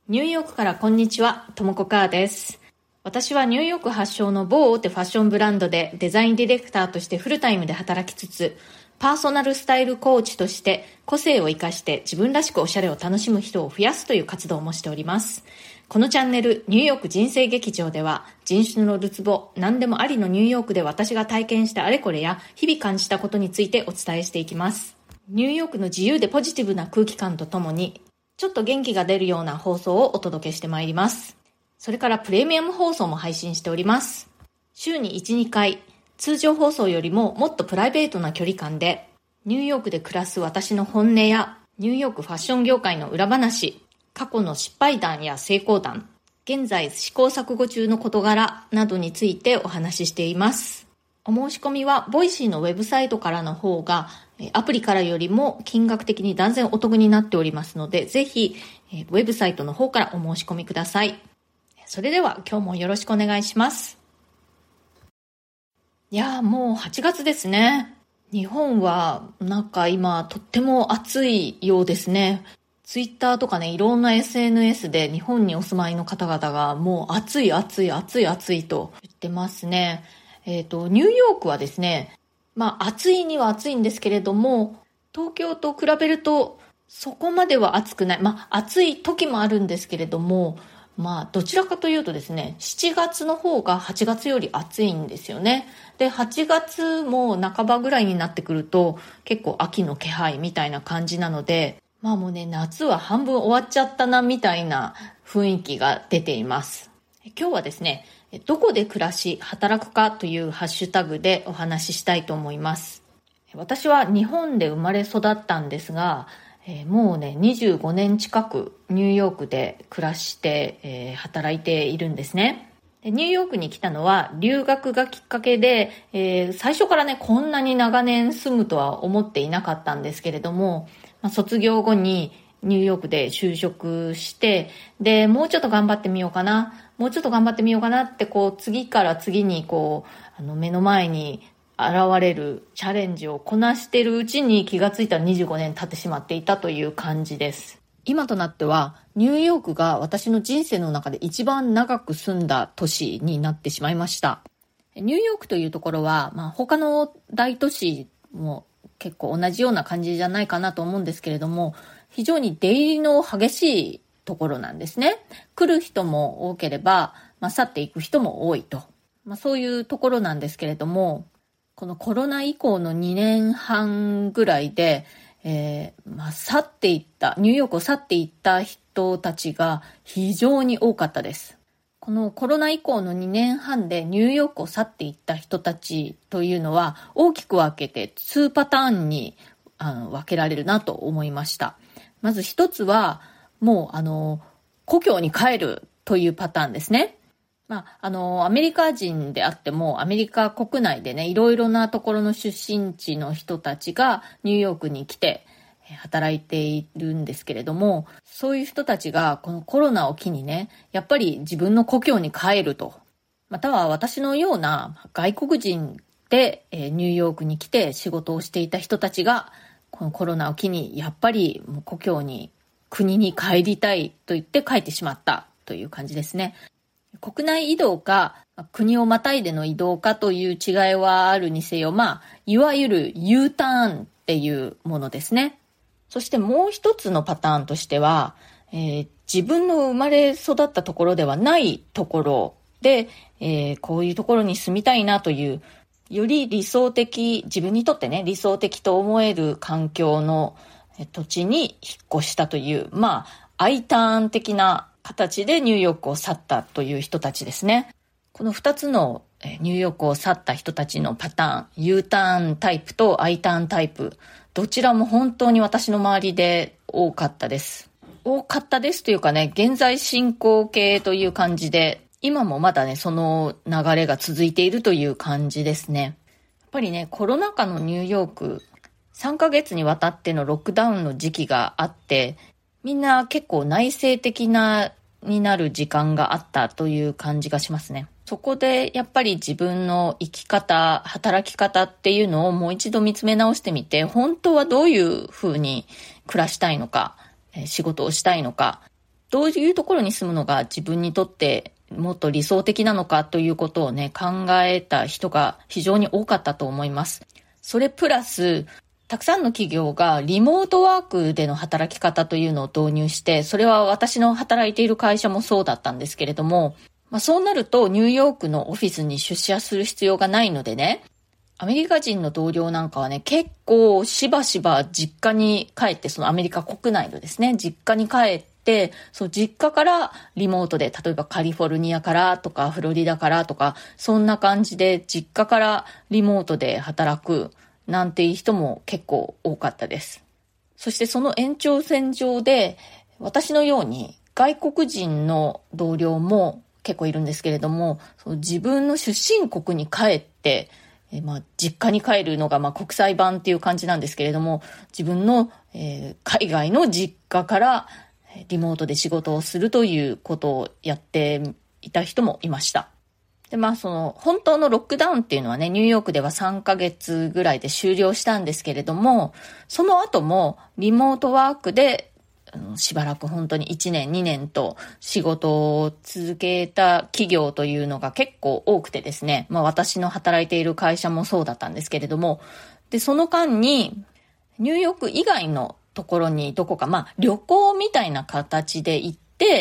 ニューヨークからこんにちは、ともこかーです。私はニューヨーク発祥の某大手ファッションブランドでデザインディレクターとしてフルタイムで働きつつ、パーソナルスタイルコーチとして個性を生かして自分らしくおしゃれを楽しむ人を増やすという活動もしております。このチャンネルニューヨーク人生劇場では、人種のるつぼ、何でもありのニューヨークで私が体験したあれこれや日々感じたことについてお伝えしていきます。ニューヨークの自由でポジティブな空気感とともに、ちょっと元気が出るような放送をお届けしてまいります。それからプレミアム放送も配信しております。週に1、2回、通常放送よりももっとプライベートな距離感で、ニューヨークで暮らす私の本音や、ニューヨークファッション業界の裏話、過去の失敗談や成功談、現在試行錯誤中の事柄などについてお話ししています。お申し込みはボイシーのウェブサイトからの方がアプリからよりも金額的に断然お得になっておりますので、ぜひウェブサイトの方からお申し込みください。それでは今日もよろしくお願いします。いやー、もう8月ですね。日本はなんか今とっても暑いようですね。ツイッターとかね、いろんな SNS で日本にお住まいの方々がもう暑い暑い暑い暑いと言ってますね。ニューヨークはですね、暑いには暑いんですけれども、東京と比べるとそこまでは暑くない。暑い時もあるんですけれども、どちらかというとですね、7月の方が8月より暑いんですよね。で、8月も半ばぐらいになってくると結構秋の気配みたいな感じなので、もうね、夏は半分終わっちゃったなみたいな雰囲気が出ています。今日はですね、どこで暮らし、働くかというハッシュタグでお話ししたいと思います。私は日本で生まれ育ったんですが、もうね、25年近くニューヨークで暮らして、働いているんですね。でニューヨークに来たのは留学がきっかけで、最初からね、こんなに長年住むとは思っていなかったんですけれども、卒業後にニューヨークで就職して、で、もうちょっと頑張ってみようかなって次から次に目の前に現れるチャレンジをこなしているうちに気がついたら25年経ってしまっていたという感じです。今となってはニューヨークが私の人生の中で一番長く住んだ都市になってしまいました。ニューヨークというところは、他の大都市も結構同じような感じじゃないかなと思うんですけれども、非常に出入りの激しいところなんですね。来る人も多ければ、去っていく人も多いと。そういうところなんですけれども、このコロナ以降の2年半ぐらいで、去っていった、ニューヨークを去っていった人たちが非常に多かったです。このコロナ以降の2年半でニューヨークを去っていった人たちというのは大きく分けて2パターンに分けられるなと思いました。まず一つはもう故郷に帰るというパターンですね。アメリカ人であってもアメリカ国内でね、いろいろなところの出身地の人たちがニューヨークに来て働いているんですけれども、そういう人たちがこのコロナを機にね、やっぱり自分の故郷に帰ると、または私のような外国人でニューヨークに来て仕事をしていた人たちがこのコロナを機にやっぱりもう故郷に、国に帰りたいと言って帰ってしまったという感じですね。国内移動か国をまたいでの移動かという違いはあるにせよ、いわゆる U ターンっていうものですね。そしてもう一つのパターンとしては、自分の生まれ育ったところではないところで、こういうところに住みたいなという、より理想的、自分にとってね、理想的と思える環境の土地に引っ越したという、I ターン的な形でニューヨークを去ったという人たちですね。この2つのニューヨークを去った人たちのパターン、U ターンタイプと I ターンタイプ、どちらも本当に私の周りで多かったです。多かったですというかね、現在進行形という感じで、今もまだね、その流れが続いているという感じですね。やっぱりね、コロナ禍のニューヨーク、3ヶ月にわたってのロックダウンの時期があって、みんな結構内省的になる時間があったという感じがしますね。そこでやっぱり自分の生き方、働き方っていうのをもう一度見つめ直してみて、本当はどういうふうに暮らしたいのか、仕事をしたいのか、 どういうところに住むのが自分にとってもっと理想的なのかということをね、考えた人が非常に多かったと思います。それプラス、たくさんの企業がリモートワークでの働き方というのを導入して、それは私の働いている会社もそうだったんですけれども、そうなるとニューヨークのオフィスに出社する必要がないのでね、アメリカ人の同僚なんかはね、結構しばしば実家に帰って、そのアメリカ国内のですね、実家に帰って、そう実家からリモートで、例えばカリフォルニアからとかフロリダからとか、そんな感じで実家からリモートで働くなんていう人も結構多かったです。そしてその延長線上で、私のように外国人の同僚も結構いるんですけれども、自分の出身国に帰って、実家に帰るのが国際版っていう感じなんですけれども、自分の、海外の実家からリモートで仕事をするということをやっていた人もいました。で、その本当のロックダウンっていうのはね、ニューヨークでは3ヶ月ぐらいで終了したんですけれども、その後もリモートワークでしばらく本当に1年2年と仕事を続けた企業というのが結構多くてですね、私の働いている会社もそうだったんですけれども、でその間にニューヨーク以外のところにどこか旅行みたいな形で行って、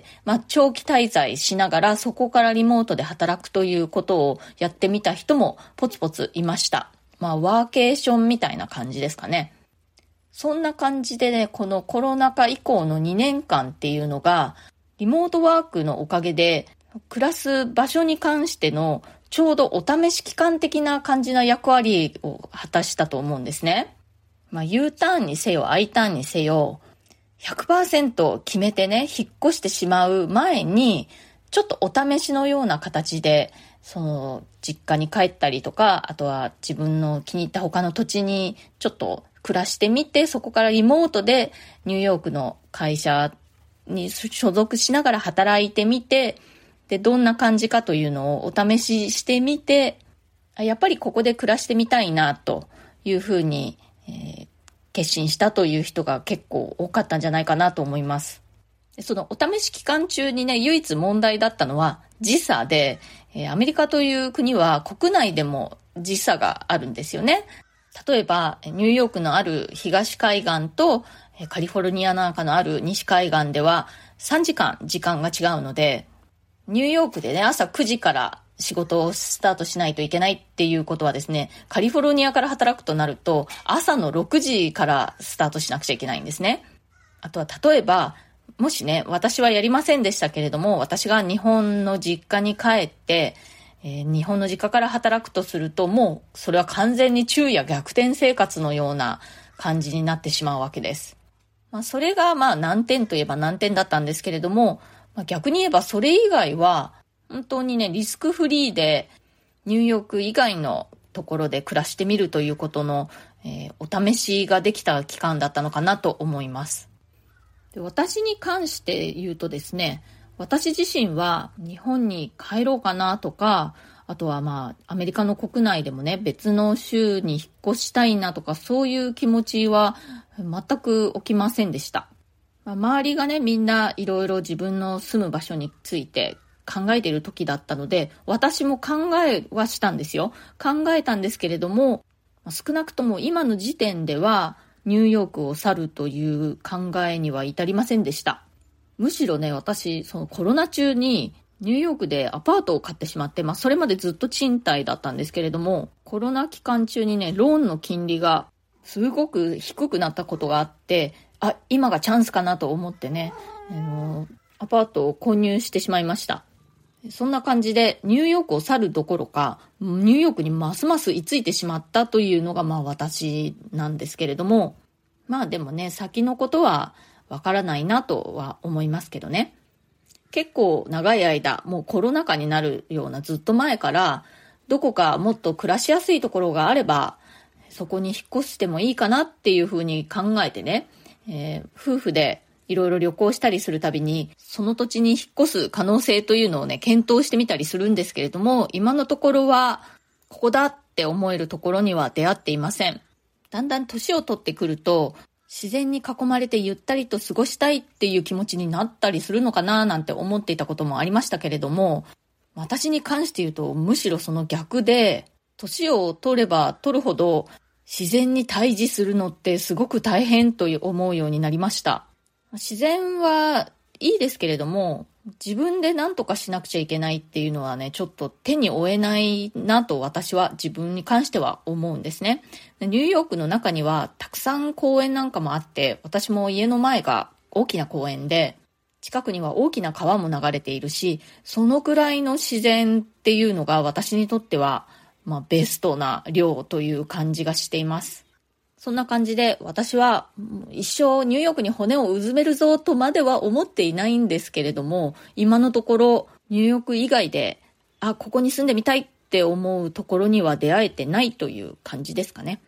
長期滞在しながらそこからリモートで働くということをやってみた人もポツポツいました。ワーケーションみたいな感じですかね。そんな感じでね、このコロナ禍以降の2年間っていうのが、リモートワークのおかげで、暮らす場所に関してのちょうどお試し期間的な感じな役割を果たしたと思うんですね。U ターンにせよ、I ターンにせよ、100% 決めてね、引っ越してしまう前に、ちょっとお試しのような形で、その実家に帰ったりとか、あとは自分の気に入った他の土地にちょっと暮らしてみて、そこからリモートでニューヨークの会社に所属しながら働いてみて、で、どんな感じかというのをお試ししてみて、やっぱりここで暮らしてみたいなというふうに、決心したという人が結構多かったんじゃないかなと思います。そのお試し期間中にね、唯一問題だったのは時差で、アメリカという国は国内でも時差があるんですよね。例えばニューヨークのある東海岸とカリフォルニアなんかのある西海岸では3時間時間が違うので、ニューヨークでね、朝9時から仕事をスタートしないといけないっていうことはですね、カリフォルニアから働くとなると朝の6時からスタートしなくちゃいけないんですね。あとは例えば、もしね、私はやりませんでしたけれども、私が日本の実家に帰って、日本の実家から働くとすると、もうそれは完全に昼夜逆転生活のような感じになってしまうわけです。それが難点といえば難点だったんですけれども、逆に言えばそれ以外は本当にね、リスクフリーでニューヨーク以外のところで暮らしてみるということの、お試しができた期間だったのかなと思います。で、私に関して言うとですね、私自身は日本に帰ろうかなとか、あとはアメリカの国内でもね、別の州に引っ越したいなとか、そういう気持ちは全く起きませんでした。周りがね、みんないろいろ自分の住む場所について考えている時だったので、私も考えはしたんですよ。考えたんですけれども、少なくとも今の時点ではニューヨークを去るという考えには至りませんでした。むしろね、私、そのコロナ中にニューヨークでアパートを買ってしまって、それまでずっと賃貸だったんですけれども、コロナ期間中にね、ローンの金利がすごく低くなったことがあって、今がチャンスかなと思ってね、アパートを購入してしまいました。そんな感じでニューヨークを去るどころか、ニューヨークにますます居ついてしまったというのが私なんですけれども、でもね、先のことはわからないなとは思いますけどね。結構長い間、もうコロナ禍になるようなずっと前から、どこかもっと暮らしやすいところがあれば、そこに引っ越してもいいかなっていうふうに考えてね、夫婦でいろいろ旅行したりするたびに、その土地に引っ越す可能性というのをね、検討してみたりするんですけれども、今のところは、ここだって思えるところには出会っていません。だんだん年を取ってくると、 自然に囲まれてゆったりと過ごしたいっていう気持ちになったりするのかななんて思っていたこともありましたけれども、私に関して言うとむしろその逆で、年を取れば取るほど自然に対峙するのってすごく大変と思うようになりました。自然はいいですけれども、自分で何とかしなくちゃいけないっていうのはね、ちょっと手に負えないなと私は自分に関しては思うんですね。ニューヨークの中にはたくさん公園なんかもあって、私も家の前が大きな公園で、近くには大きな川も流れているし、そのくらいの自然っていうのが私にとっては、ベストな量という感じがしています。そんな感じで私は一生ニューヨークに骨をうずめるぞとまでは思っていないんですけれども、今のところニューヨーク以外でここに住んでみたいって思うところには出会えてないという感じですかね。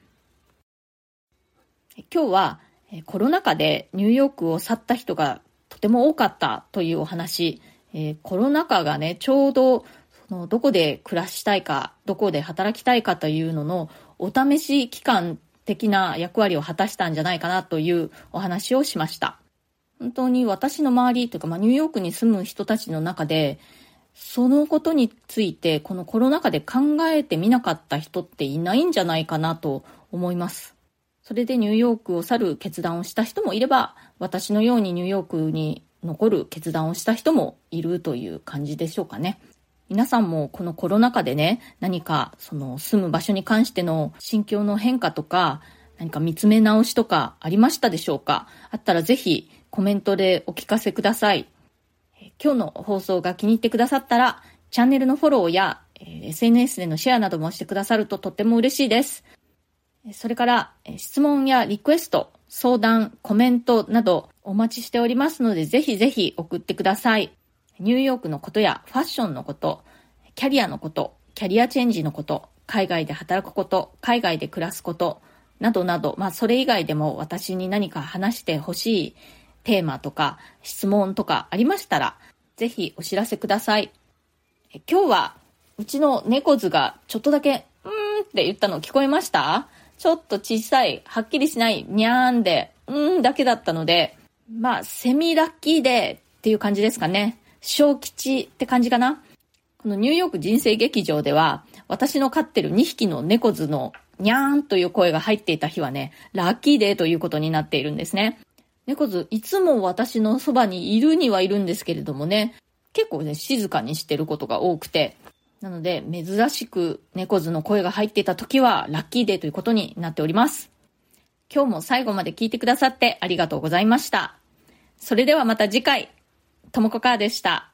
今日はコロナ禍でニューヨークを去った人がとても多かったというお話、コロナ禍がね、ちょうどどこで暮らしたいか、どこで働きたいかというののお試し期間的な役割を果たしたんじゃないかなというお話をしました。本当に私の周りというか、ニューヨークに住む人たちの中で、そのことについてこのコロナ禍で考えてみなかった人っていないんじゃないかなと思います。それでニューヨークを去る決断をした人もいれば、私のようにニューヨークに残る決断をした人もいるという感じでしょうかね。皆さんもこのコロナ禍でね、何かその住む場所に関しての心境の変化とか、何か見つめ直しとかありましたでしょうか？あったらぜひコメントでお聞かせください。今日の放送が気に入ってくださったら、チャンネルのフォローや SNS でのシェアなどもしてくださるととっても嬉しいです。それから質問やリクエスト、相談、コメントなどお待ちしておりますので、ぜひぜひ送ってください。ニューヨークのことやファッションのこと、キャリアのこと、キャリアチェンジのこと、海外で働くこと、海外で暮らすこと、などなど、それ以外でも私に何か話してほしいテーマとか質問とかありましたら、ぜひお知らせください。今日はうちの猫図がちょっとだけって言ったの聞こえました？ちょっと小さい、はっきりしない、にゃーんで、だけだったので、セミラッキーデーっていう感じですかね。小吉って感じかな。このニューヨーク人生劇場では、私の飼ってる2匹の猫図のにゃーんという声が入っていた日はね、ラッキーデーということになっているんですね。猫図、いつも私のそばにいるにはいるんですけれどもね、結構ね、静かにしてることが多くて、なので珍しく猫図の声が入っていた時はラッキーデーということになっております。今日も最後まで聞いてくださってありがとうございました。それではまた次回、ともこかーでした。